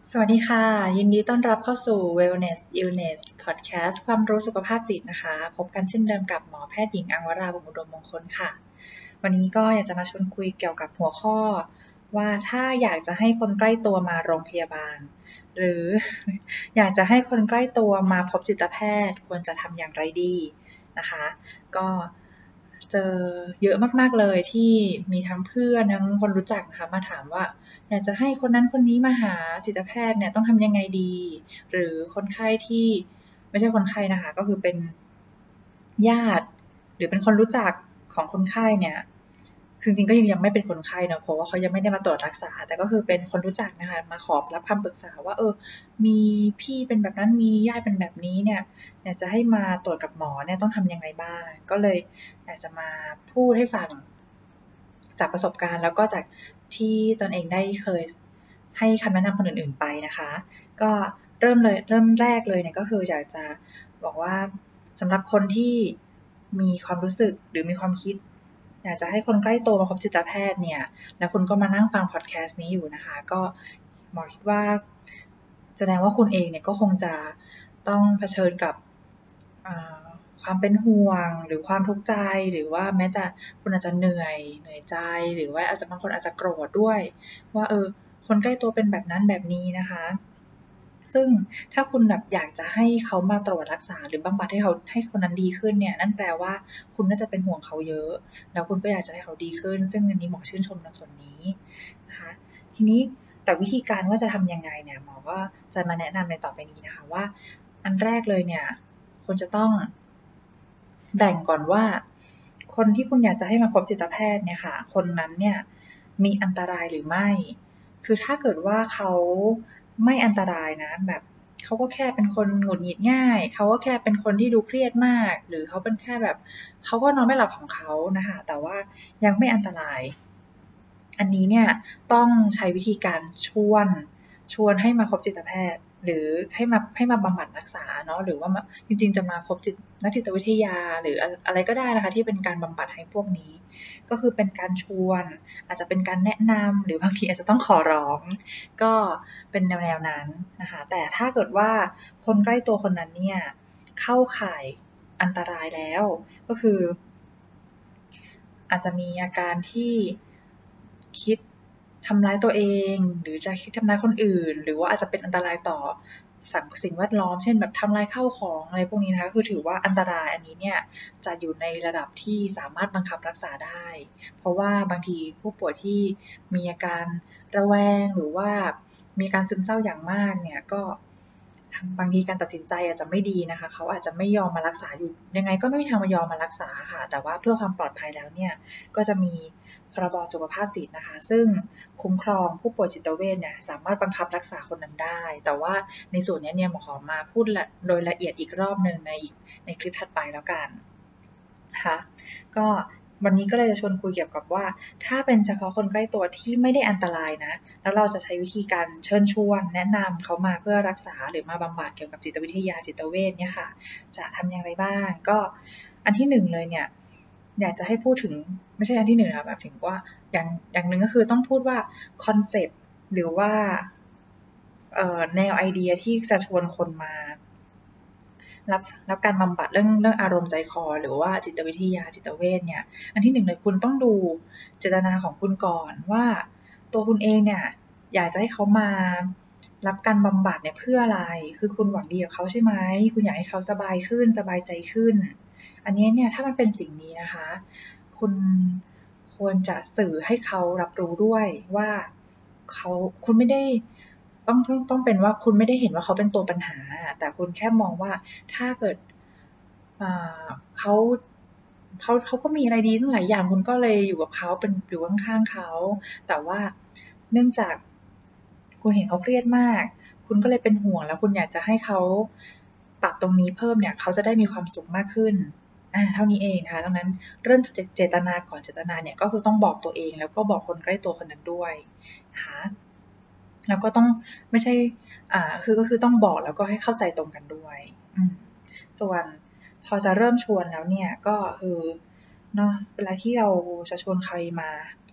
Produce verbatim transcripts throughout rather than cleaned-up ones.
สวัสดีค่ะยินดีต้อนรับเข้าสู่ Wellness Illness Podcast ความรู้สุขภาพจิตนะคะพบกันเช่นเดิมกับหมอแพทย์หญิงอังวราบุญอุดมมงคลค่ะวันนี้ก็อยากจะมาชวนคุยเกี่ยวกับหัวข้อว่าถ้าอยากจะให้คนใกล้ตัวมาโรงพยาบาลหรือ อยากจะให้คนใกล้ตัวมาพบจิตแพทย์ควรจะทำอย่างไรดีนะคะก็เจอเยอะมากๆเลยที่มีทั้งเพื่อนทั้งคนรู้จักนะคะมาถามว่าอยากจะให้คนนั้นคนนี้มาหาจิตแพทย์เนี่ยต้องทำยังไงดีหรือคนไข้ที่ไม่ใช่คนไข้นะคะก็คือเป็นญาติหรือเป็นคนรู้จักของคนไข้เนี่ยจริงๆก็ยังยังไม่เป็นคนไข้เนอะเพราะว่าเขายังไม่ได้มาตรวจรักษาแต่ก็คือเป็นคนรู้จักนะคะมาขอรับคำปรึกษาว่าเออมีพี่เป็นแบบนั้นมีญาติเป็นแบบนี้เนี่ยอยากจะให้มาตรวจกับหมอเนี่ยต้องทำยังไงบ้างก็เลยอยากจะมาพูดให้ฟังจากประสบการณ์แล้วก็จากที่ตนเองได้เคยให้คำแนะนำคนอื่นๆไปนะคะก็เริ่มเลยเริ่มแรกเลยเนี่ยก็คืออยากจะบอกว่าสำหรับคนที่มีความรู้สึกหรือมีความคิดอยากจะให้คนใกล้ตัวมาพบจิตแพทย์เนี่ยแล้วคุณก็มานั่งฟังพอดแคสต์นี้อยู่นะคะก็หมอคิดว่าแสดงว่าคุณเองเนี่ยก็คงจะต้องเผชิญกับความเป็นห่วงหรือความทุกข์ใจหรือว่าแม้แต่คุณอาจจะเหนื่อยเหนื่อยใจหรือว่าอาจจะบางคนอาจจะโกรธด้วยว่าเออคนใกล้ตัวเป็นแบบนั้นแบบนี้นะคะซึ่งถ้าคุณแบบอยากจะให้เขามาตรวจรักษาหรือบำบัดให้เขาให้คนนั้นดีขึ้นเนี่ยนั่นแปลว่าคุณน่าจะเป็นห่วงเขาเยอะแล้วคุณก็อยากจะให้เขาดีขึ้นซึ่งอันนี้หมอชื่นชมในส่วนนี้นะคะทีนี้แต่วิธีการว่าจะทำยังไงเนี่ยหมอก็จะมาแนะนำในต่อไปนี้นะคะว่าอันแรกเลยเนี่ยคุณจะต้องแบ่งก่อนว่าคนที่คุณอยากจะให้มาพบจิตแพทย์เนี่ยค่ะคนนั้นเนี่ยมีอันตรายหรือไม่คือถ้าเกิดว่าเขาไม่อันตรายนะแบบเขาก็แค่เป็นคนหงุดหงิดง่ายเขาก็แค่เป็นคนที่ดูเครียดมากหรือเขาเป็นแค่แบบเขาก็นอนไม่หลับของเขานะคะแต่ว่ายังไม่อันตรายอันนี้เนี่ยต้องใช้วิธีการชวนชวนให้มาพบจิตแพทย์หรือให้มาให้มาบำบัดรักษาเนาะหรือว่าจริงๆจะมาพบจิตนักจิตวิทยาหรืออะไรก็ได้นะคะที่เป็นการบำบัดให้พวกนี้ก็คือเป็นการชวนอาจจะเป็นการแนะนำหรือบางทีอาจจะต้องขอร้องก็เป็นแนวๆนั้นนะคะแต่ถ้าเกิดว่าคนใกล้ตัวคนนั้นเนี่ยเข้าข่ายอันตรายแล้วก็คืออาจจะมีอาการที่คิดทำร้ายตัวเองหรือจะคิดทำร้ายคนอื่นหรือว่าอาจจะเป็นอันตรายต่อสังสิ่งแวดล้อมเช่นแบบทำลายข้าวของอะไรพวกนี้นะคะคือถือว่าอันตรายอันนี้เนี่ยจะอยู่ในระดับที่สามารถบังคับรักษาได้เพราะว่าบางทีผู้ป่วยที่มีอาการระแวงหรือว่ามีอาการซึมเศร้าอย่างมากเนี่ยก็บางทีการตัดสินใจอาจจะไม่ดีนะคะเขาอาจจะไม่ยอมมารักษาอยู่ยังไงก็ไม่มีทางมายอมมารักษาค่ะแต่ว่าเพื่อความปลอดภัยแล้วเนี่ยก็จะมีพรบสุขภาพจิตนะคะซึ่งคุ้มครองผู้ป่วยจิตเวชเนี่ยสามารถบังคับรักษาคนนั้นได้แต่ว่าในส่วนนี้เนี่ยหมอขอมาพูดโดยละเอียดอีกรอบหนึ่งในในคลิปถัดไปแล้วกันนะคะก็วันนี้ก็เลยจะชวนคุยเกี่ยวกับว่าถ้าเป็นเฉพาะคนใกล้ตัวที่ไม่ได้อันตรายนะแล้วเราจะใช้วิธีการเชิญชวนแนะนำเขามาเพื่อรักษาหรือมาบำบัดเกี่ยวกับจิตวิทยาจิตเวชเนี่ยค่ะจะทำอย่างไรบ้างก็อันที่หนึ่งเลยเนี่ยอยากจะให้พูดถึงไม่ใช่อันที่หนึ่งค่ะแบบถึงว่าอย่างอย่างหนึ่งก็คือต้องพูดว่าคอนเซปต์หรือว่าแนวไอเดียที่จะชวนคนมารับรับการบำบัดเรื่องเรื่องอารมณ์ใจคอหรือว่าจิตวิทยาจิตเวชเนี่ยอันที่หนึ่งเลยคุณต้องดูเจตนาของคุณก่อนว่าตัวคุณเองเนี่ยอยากจะให้เขามารับการบำบัดเนี่ยเพื่ออะไรคือคุณหวังดีกับเขาใช่ไหมคุณอยากให้เขาสบายขึ้นสบายใจขึ้นอันนี้เนี่ยถ้ามันเป็นสิ่งนี้นะคะคุณควรจะสื่อให้เขารับรู้ด้วยว่าเขาคุณไม่ได้ต้องต้องต้องเป็นว่าคุณไม่ได้เห็นว่าเขาเป็นตัวปัญหาแต่คุณแค่มองว่าถ้าเกิดเขาเขาเขาก็มีอะไรดีตั้งหลายอย่างคุณก็เลยอยู่กับเขาเป็นอยู่ข้างๆเขาแต่ว่าเนื่องจากคุณเห็นเขาเครียดมากคุณก็เลยเป็นห่วงแล้วคุณอยากจะให้เขาปรับตรงนี้เพิ่มเนี่ยเขาจะได้มีความสุขมากขึ้นอ่าเท่านี้เองนะคะดังนั้นเริ่มจากเจตนาก่อนเจตนาเนี่ยก็คือต้องบอกตัวเองแล้วก็บอกคนใกล้ตัวคนนั้นด้วยนะคะแล้วก็ต้องไม่ใช่อ่าคือก็คือต้องบอกแล้วก็ให้เข้าใจตรงกันด้วยอืมส่วนพอจะเริ่มชวนแล้วเนี่ยก็คือเนาะเวลาที่เราจะชวนใครมาพ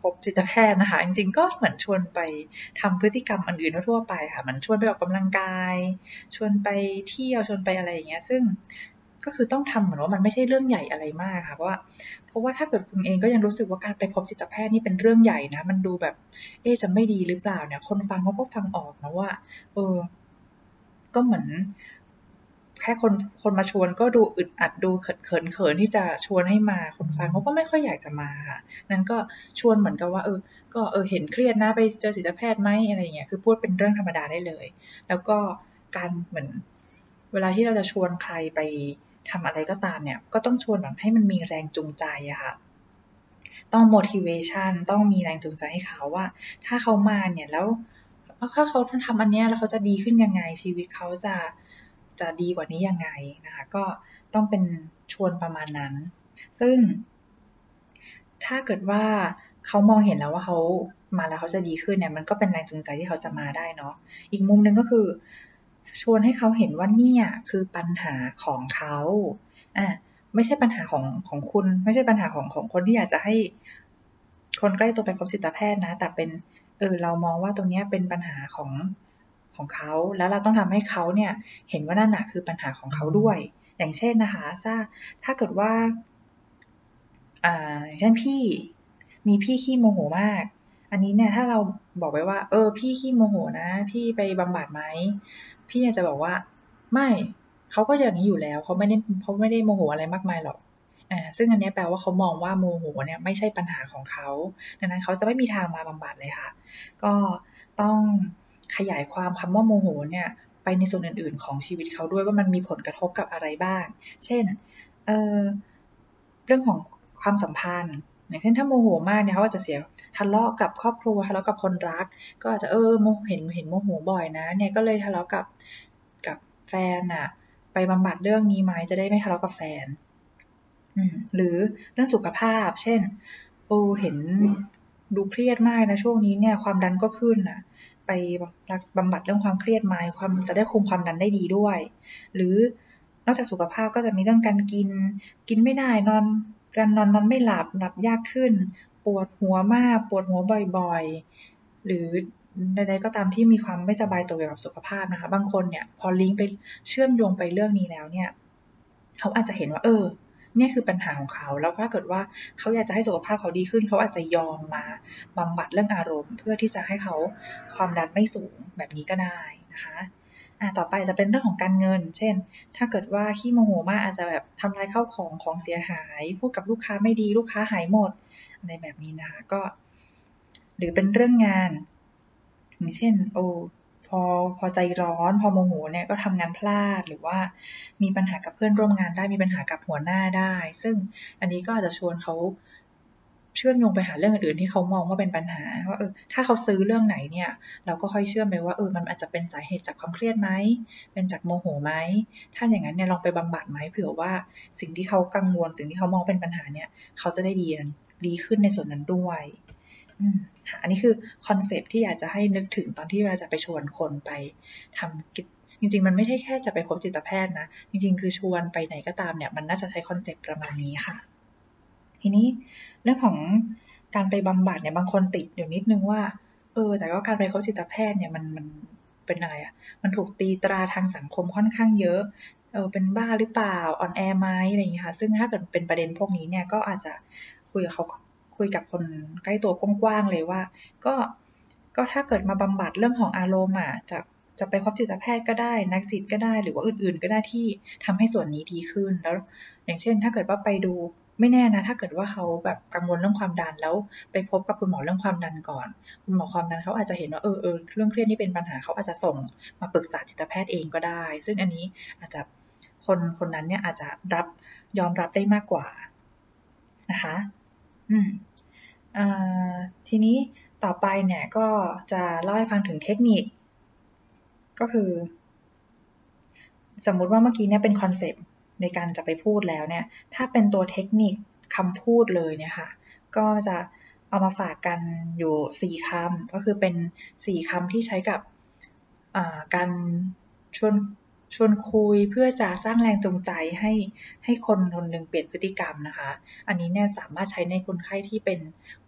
พบจิตแพทย์นะคะจริงๆก็เหมือนชวนไปทำพฤติกรรมอื่นๆทั่วไปค่ะเหมือนชวนไปออกกำลังกายชวนไปเที่ยวชวนไปอะไรอย่างเงี้ยซึ่งก็คือต้องทำเหมือนว่ามันไม่ใช่เรื่องใหญ่อะไรมากค่ะเพราะว่าเพราะว่าถ้าเกิดคุณเองก็ยังรู้สึกว่าการไปพบจิตแพทย์นี่เป็นเรื่องใหญ่นะมันดูแบบเอ๊ะจะไม่ดีหรือเปล่าเนี่ยคนฟังเขาก็ฟังออกนะว่าเออก็เหมือนแค่คนคนมาชวนก็ดูอึดอัดดูเขินเขินเขินที่จะชวนให้มาคนฟังเขาก็ไม่ค่อยอยากจะมาค่ะนั้นก็ชวนเหมือนกับว่าเออก็เออเห็นเครียดนะไปเจอจิตแพทย์ไหมอะไรเงี้ยคือพูดเป็นเรื่องธรรมดาได้เลยแล้วก็การเหมือนเวลาที่เราจะชวนใครไปทำอะไรก็ตามเนี่ยก็ต้องชวนแบบให้มันมีแรงจูงใจอะค่ะต้อง motivation ต้องมีแรงจูงใจให้เขาว่าถ้าเขามาเนี่ยแล้วถ้าเขาทำอันเนี้ยแล้วเขาจะดีขึ้นยังไงชีวิตเขาจะจะดีกว่านี้ยังไงนะคะก็ต้องเป็นชวนประมาณนั้นซึ่งถ้าเกิดว่าเขามองเห็นแล้วว่าเขามาแล้วเขาจะดีขึ้นเนี่ยมันก็เป็นแรงจูงใจที่เขาจะมาได้เนาะอีกมุมหนึ่งก็คือชวนให้เขาเห็นว่าเนี่ยคือปัญหาของเขาอ่ะไม่ใช่ปัญหาของของคุณไม่ใช่ปัญหาของของคนที่อยากจะให้คนใกล้ตัวไปพบจิตแพทย์นะแต่เป็นเออเรามองว่าตรงนี้เป็นปัญหาของของเขาแล้วเราต้องทำให้เขาเนี่ยเห็นว่านั่นน่ะคือปัญหาของเขาด้วยอย่างเช่นนะคะถ้าถ้าเกิดว่าอ่าอย่างเช่นพี่มีพี่ขี้โมโหมากอันนี้เนี่ยถ้าเราบอกไว้ว่าเออพี่ขี้โมโหนะพี่ไปบำบัดไหมพี่อาจจะบอกว่าไม่เขาก็อย่างนี้อยู่แล้วเขาไม่ได้เขาไม่ได้โมโหอะไรมากมายหรอกอ่าซึ่งอันนี้แปลว่าเขามองว่าโมโหเนี่ยไม่ใช่ปัญหาของเขาดังนั้นเขาจะไม่มีทางมาบำบัดเลยค่ะก็ต้องขยายความคำว่าโมโหเนี่ยไปในส่วนอื่นๆของชีวิตเขาด้วยว่ามันมีผลกระทบกับอะไรบ้างเช่นเออเรื่องของความสัมพันธ์อย่างเช่นถ้าโมโหมากเนี่ยเขาอาจจะเสียทะเลาะกับครอบครัวทะเลาะกับคนรักก็อาจจะเออโมเห็นเห็นโมโหบ่อยนะเนี่ยก็เลยทะเลาะกับกับแฟนน่ะไปบำบัดเรื่องนี้ไหมจะได้ไม่ทะเลาะกับแฟนอืมหรือเรื่องสุขภาพเช่นโอ้เห็นดูเครียดมากนะช่วงนี้เนี่ยความดันก็ขึ้นน่ะไปรักบำบัดเรื่องความเครียดไหมความจะได้คุมความดันได้ดีด้วยหรือนอกจากสุขภาพก็จะมีเรื่องการกินกินไม่ได้นอนการนอนนอนไม่หลับหลับยากขึ้นปวดหัวมากปวดหัวบ่อยๆหรือใดๆก็ตามที่มีความไม่สบายตัวเกี่ยวกับสุขภาพนะคะบางคนเนี่ยพอลิงก์ไปเชื่อมโยงไปเรื่องนี้แล้วเนี่ยเขาอาจจะเห็นว่าเออเนี่ยคือปัญหาของเขาแล้วถ้าเกิดว่าเขาอยากจะให้สุขภาพเขาดีขึ้นเขาอาจจะยอมมาบำบัดเรื่องอารมณ์เพื่อที่จะให้เขาความดันไม่สูงแบบนี้ก็ได้นะคะอ่ะต่อไปจะเป็นเรื่องของการเงินเช่นถ้าเกิดว่าขี้โมโหมากอาจจะแบบทำลายข้าวของของเสียหายพูดกับลูกค้าไม่ดีลูกค้าหายหมดอะไรแบบนี้นะคะก็หรือเป็นเรื่องงานอย่างเช่นโอ้พอพอใจร้อนพอโมโหเนี่ยก็ทำงานพลาดหรือว่ามีปัญหากับเพื่อนร่วมงานได้มีปัญหากับหัวหน้าได้ซึ่งอันนี้ก็อาจจะชวนเขาเชื่อมโยงไปหาเรื่องอื่นๆที่เขามองว่าเป็นปัญหาว่าเออถ้าเขาซื้อเรื่องไหนเนี่ยเราก็ค่อยเชื่อมไปว่าเออมันอาจจะเป็นสาเหตุจากความเครียดไหมเป็นจากโมโหไหมถ้าอย่างนั้นเนี่ยลองไปบำบัดไหมเผื่อว่าสิ่งที่เขากังวลสิ่งที่เขามองเป็นปัญหาเนี่ยเขาจะได้ดีดีขึ้นในส่วนนั้นด้วยอืมค่ะอันนี้คือคอนเซปต์ที่อยากจะให้นึกถึงตอนที่เราจะไปชวนคนไปทำกิจจริงๆมันไม่ใช่แค่จะไปพบจิตแพทย์นะจริงๆคือชวนไปไหนก็ตามเนี่ยมันน่าจะใช้คอนเซปต์ประมาณนี้ค่ะทีนี้เรื่องของการไปบำบัดเนี่ยบางคนติดอยู่นิดนึงว่าเออแต่ว่าการไปพบจิตแพทย์เนี่ยมันมันเป็นอะไรอ่ะมันถูกตีตราทางสังคมค่อนข้างเยอะเออเป็นบ้าหรือเปล่าอ่อนแอไหมอะไรอย่างเงี้ยค่ะซึ่งถ้าเกิดเป็นประเด็นพวกนี้เนี่ยก็อาจจะคุยกับเขาคุยกับคนใกล้ตัวกว้างๆเลยว่าก็ก็ถ้าเกิดมาบำบัดเรื่องของอารมณ์อ่ะจะจะไปพบจิตแพทย์ก็ได้นักจิตก็ได้หรือว่าอื่นๆก็ได้ที่ทำให้ส่วนนี้ดีขึ้นแล้วอย่างเช่นถ้าเกิดว่าไปดูไม่แน่นะถ้าเกิดว่าเขาแบบกังวลเรื่องความดันแล้วไปพบกับคุณหมอเรื่องความดันก่อนคุณหมอความดันเขาอาจจะเห็นว่าเออเออเรื่องเครียดนี่เป็นปัญหาเขาอาจจะส่งมาปรึกษาจิตแพทย์เองก็ได้ซึ่งอันนี้อาจจะคนคนนั้นเนี่ยอาจจะรับยอมรับได้มากกว่านะคะอืมอ่าทีนี้ต่อไปเนี่ยก็จะเล่าให้ฟังถึงเทคนิคก็คือสมมุติว่าเมื่อกี้เนี่ยเป็นคอนเซปต์ในการจะไปพูดแล้วเนี่ยถ้าเป็นตัวเทคนิคคำพูดเลยเนี่ยค่ะก็จะเอามาฝากกันอยู่สี่คำก็คือเป็นสี่คำที่ใช้กับการชวนชวนคุยเพื่อจะสร้างแรงจูงใจให้ให้คนคนหนึ่งเปลี่ยนพฤติกรรมนะคะอันนี้เนี่ยสามารถใช้ในคนไข้ที่เป็น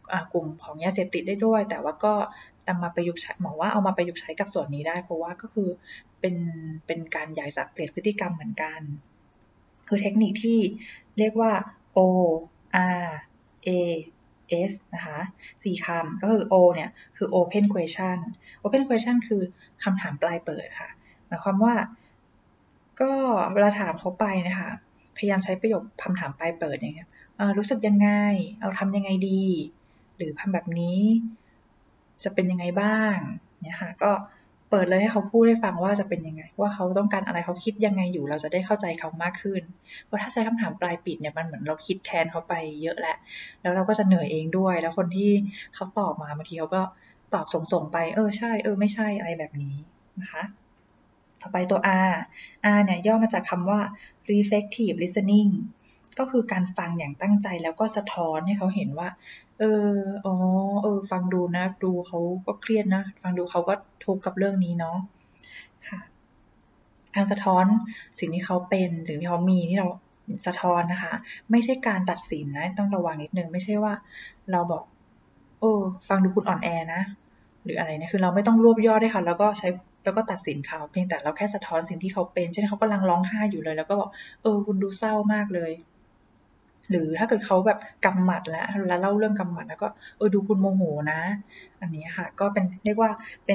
กลุ่มของยาเสพติดได้ด้วยแต่ว่าก็นำมาประยุกต์ใช้หมอว่าเอามาประยุกต์ใช้กับส่วนนี้ได้เพราะว่าก็คือเป็นเป็นการอยากจะเปลี่ยนพฤติกรรมเหมือนกันคือเทคนิคที่เรียกว่า O R A S นะคะสี่คำก็คือ O เนี่ยคือ Open Question Open Question คือคำถามปลายเปิดค่ะหมายความว่าก็เวลาถามเขาไปนะคะพยายามใช้ประโยคคำถามปลายเปิดอย่างเงี้ยรู้สึกยังไงเอาทำยังไงดีหรือทำแบบนี้จะเป็นยังไงบ้างเนี่ยค่ะก็เปิดเลยให้เขาพูดให้ฟังว่าจะเป็นยังไงว่าเขาต้องการอะไรเขาคิดยังไงอยู่เราจะได้เข้าใจเขามากขึ้นเพราะถ้าใช้คำถามปลายปิดเนี่ยมันเหมือนเราคิดแทนเขาไปเยอะแล้วแล้วเราก็จะเหนื่อยเองด้วยแล้วคนที่เขาตอบมาบางทีเขาก็ตอบส่งๆไปเออใช่เออไม่ใช่อะไรแบบนี้นะคะต่อไปตัว R R เนี่ยย่อมาจากคำว่า reflective listening ก็คือการฟังอย่างตั้งใจแล้วก็สะท้อนให้เขาเห็นว่าเอออ๋อเออฟังดูนะดูเขาก็เครียดนะฟังดูเขาก็ทุกข์กับเรื่องนี้เนาะค่ะการสะท้อนสิ่งที่เขาเป็นสิ่งที่เขามีที่เราสะท้อนนะคะไม่ใช่การตัดสินนะต้องระวังนิดนึงไม่ใช่ว่าเราบอกเออฟังดูคุณอ่อนแอนะหรืออะไรเนี่ยคือเราไม่ต้องรวบยอดให้เขาแล้วก็ใช้แล้วก็ตัดสินเขาเพียงแต่เราแค่สะท้อนสิ่งที่เขาเป็นเช่นเขากำลังร้องไห้อยู่เลยแล้วก็บอกเออคุณดูเศร้ามากเลยหรือถ้าเกิดเขาแบบกำหมัดแล้วแล้วเล่าเรื่องกำหมัดแล้วก็เออดูคุณโมโหนะอันนี้ค่ะก็เป็นเรียกว่าเป็น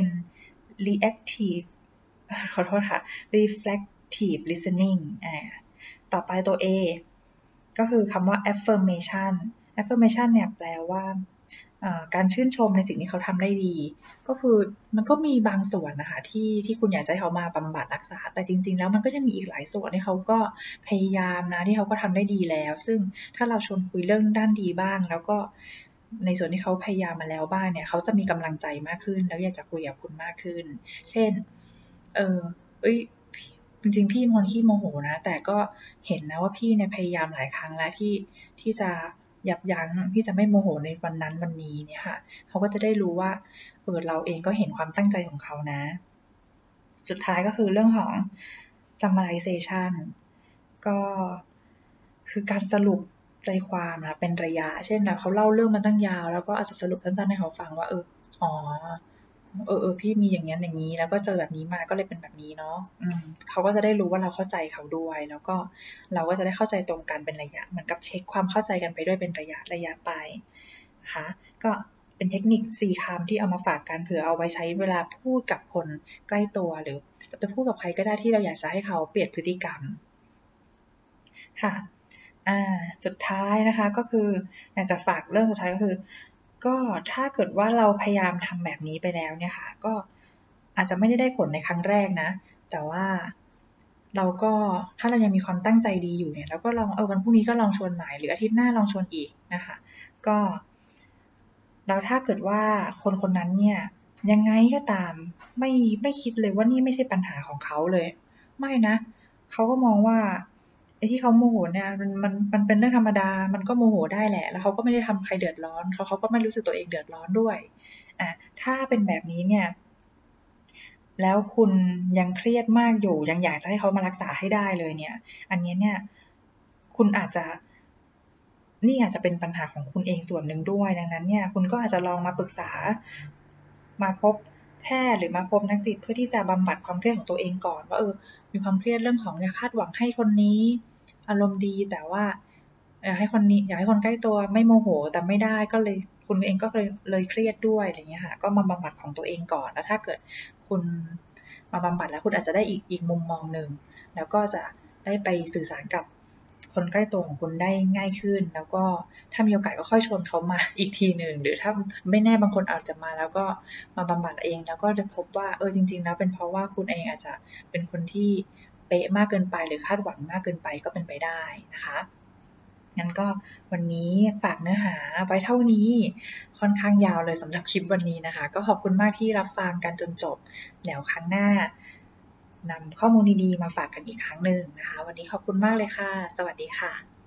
reactive ขอโทษค่ะ reflective listening อ่าต่อไปตัว A ก็คือคำว่า affirmation affirmation เนี่ยแปลว่าการชื่นชมในสิ่งที่เขาทำได้ดีก็คือมันก็มีบางส่วนนะคะที่ที่คุณอยากให้เขามาบำบัดรักษาแต่จริงๆแล้วมันก็จะมีอีกหลายส่วนที่เขาก็พยายามนะที่เขาก็ทำได้ดีแล้วซึ่งถ้าเราชวนคุยเรื่องด้านดีบ้างแล้วก็ในส่วนที่เขาพยายามมาแล้วบ้างเนี่ยเขาจะมีกำลังใจมากขึ้นแล้วอยากจะคุยกับคุณมากขึ้นเช่นเออเอ้ยจริงๆพี่มอนขี้โมโหนะแต่ก็เห็นนะว่าพี่เนี่ยพยายามหลายครั้งแล้วที่ที่จะยับยั้งที่จะไม่โมโหในวันนั้นวันนี้เนี่ยค่ะเขาก็จะได้รู้ว่าเออเราเองก็เห็นความตั้งใจของเขานะสุดท้ายก็คือเรื่องของ summarization ก็คือการสรุปใจความนะเป็นระยะเช่นนะเขาเล่าเรื่องมาตั้งยาวแล้วก็อาจจะสรุปสั้นๆให้เขาฟังว่าเอออ๋อเออเออพี่มีอย่างนี้อย่างนี้แล้วก็เจอแบบนี้มาก็เลยเป็นแบบนี้เนาะอืมเขาก็จะได้รู้ว่าเราเข้าใจเขาด้วยแล้วก็เราก็จะได้เข้าใจตรงกันเป็นระยะเหมือนกับเช็คความเข้าใจกันไปด้วยเป็นระยะระยะไปนะคะก็เป็นเทคนิคสี่คำที่เอามาฝากกันเผื่อเอาไว้ใช้เวลาพูดกับคนใกล้ตัวหรือไปพูดกับใครก็ได้ที่เราอยากจะให้เขาเปลี่ยนพฤติกรรมค่ะอ่าสุดท้ายนะคะก็คืออยากจะฝากเรื่องสุดท้ายก็คือก็ถ้าเกิดว่าเราพยายามทำแบบนี้ไปแล้วเนี่ยค่ะก็อาจจะไม่ได้ได้ผลในครั้งแรกนะแต่ว่าเราก็ถ้าเรายังมีความตั้งใจดีอยู่เนี่ยเราก็ลองเออวันพรุ่งนี้ก็ลองชวนใหม่หรืออาทิตย์หน้าลองชวนอีกนะคะก็แล้วถ้าเกิดว่าคนคนนั้นเนี่ยยังไงก็ตามไม่ไม่คิดเลยว่านี่ไม่ใช่ปัญหาของเขาเลยไม่นะเขาก็มองว่าไอ้ที่เขาโมโหเนี่ยมันมันมันเป็นเรื่องธรรมดามันก็โมโหได้แหละแล้วเขาก็ไม่ได้ทำใครเดือดร้อนเขาเขาก็ไม่รู้สึกตัวเองเดือดร้อนด้วยอ่ะถ้าเป็นแบบนี้เนี่ยแล้วคุณยังเครียดมากอยู่ยังอยากจะให้เขามารักษาให้ได้เลยเนี่ยอันนี้เนี่ยคุณอาจจะนี่อาจจะเป็นปัญหาของคุณเองส่วนหนึ่งด้วยดังนั้นเนี่ยคุณก็อาจจะลองมาปรึกษามาพบแพทย์หรือมาพบนักจิตเพื่อที่จะบำบัดความเครียดของตัวเองก่อนว่าเออมีความเครียดเรื่องของอยากคาดหวังให้คนนี้อารมณ์ดีแต่ว่าอยากให้คนนี้อยากให้คนใกล้ตัวไม่โมโหแต่ไม่ได้ก็เลยคุณเองก็เลยเลยเครียดด้วยอะไรเงี้ยค่ะก็มาบำบัดของตัวเองก่อนแล้วถ้าเกิดคุณมาบำบัดแล้วคุณอาจจะได้อีกอีกมุมมองหนึ่งแล้วก็จะได้ไปสื่อสารกับคนใกล้ตัวของคุณได้ง่ายขึ้นแล้วก็ถ้ามีโอกาสก็ค่อยชวนเขามาอีกทีหนึ่งหรือถ้าไม่แน่บางคนอาจจะมาแล้วก็มาบำบัดเองแล้วก็จะพบว่าเออจริงๆแล้วเป็นเพราะว่าคุณเองอาจจะเป็นคนที่เป๊ะมากเกินไปหรือคาดหวังมากเกินไปก็เป็นไปได้นะคะงั้นก็วันนี้ฝากเนื้อหาไว้เท่านี้ค่อนข้างยาวเลยสำหรับคลิปวันนี้นะคะก็ขอบคุณมากที่รับฟังกันจนจบแล้วครั้งหน้านำข้อมูลดีๆมาฝากกันอีกครั้งหนึ่งนะคะวันนี้ขอบคุณมากเลยค่ะสวัสดีค่ะ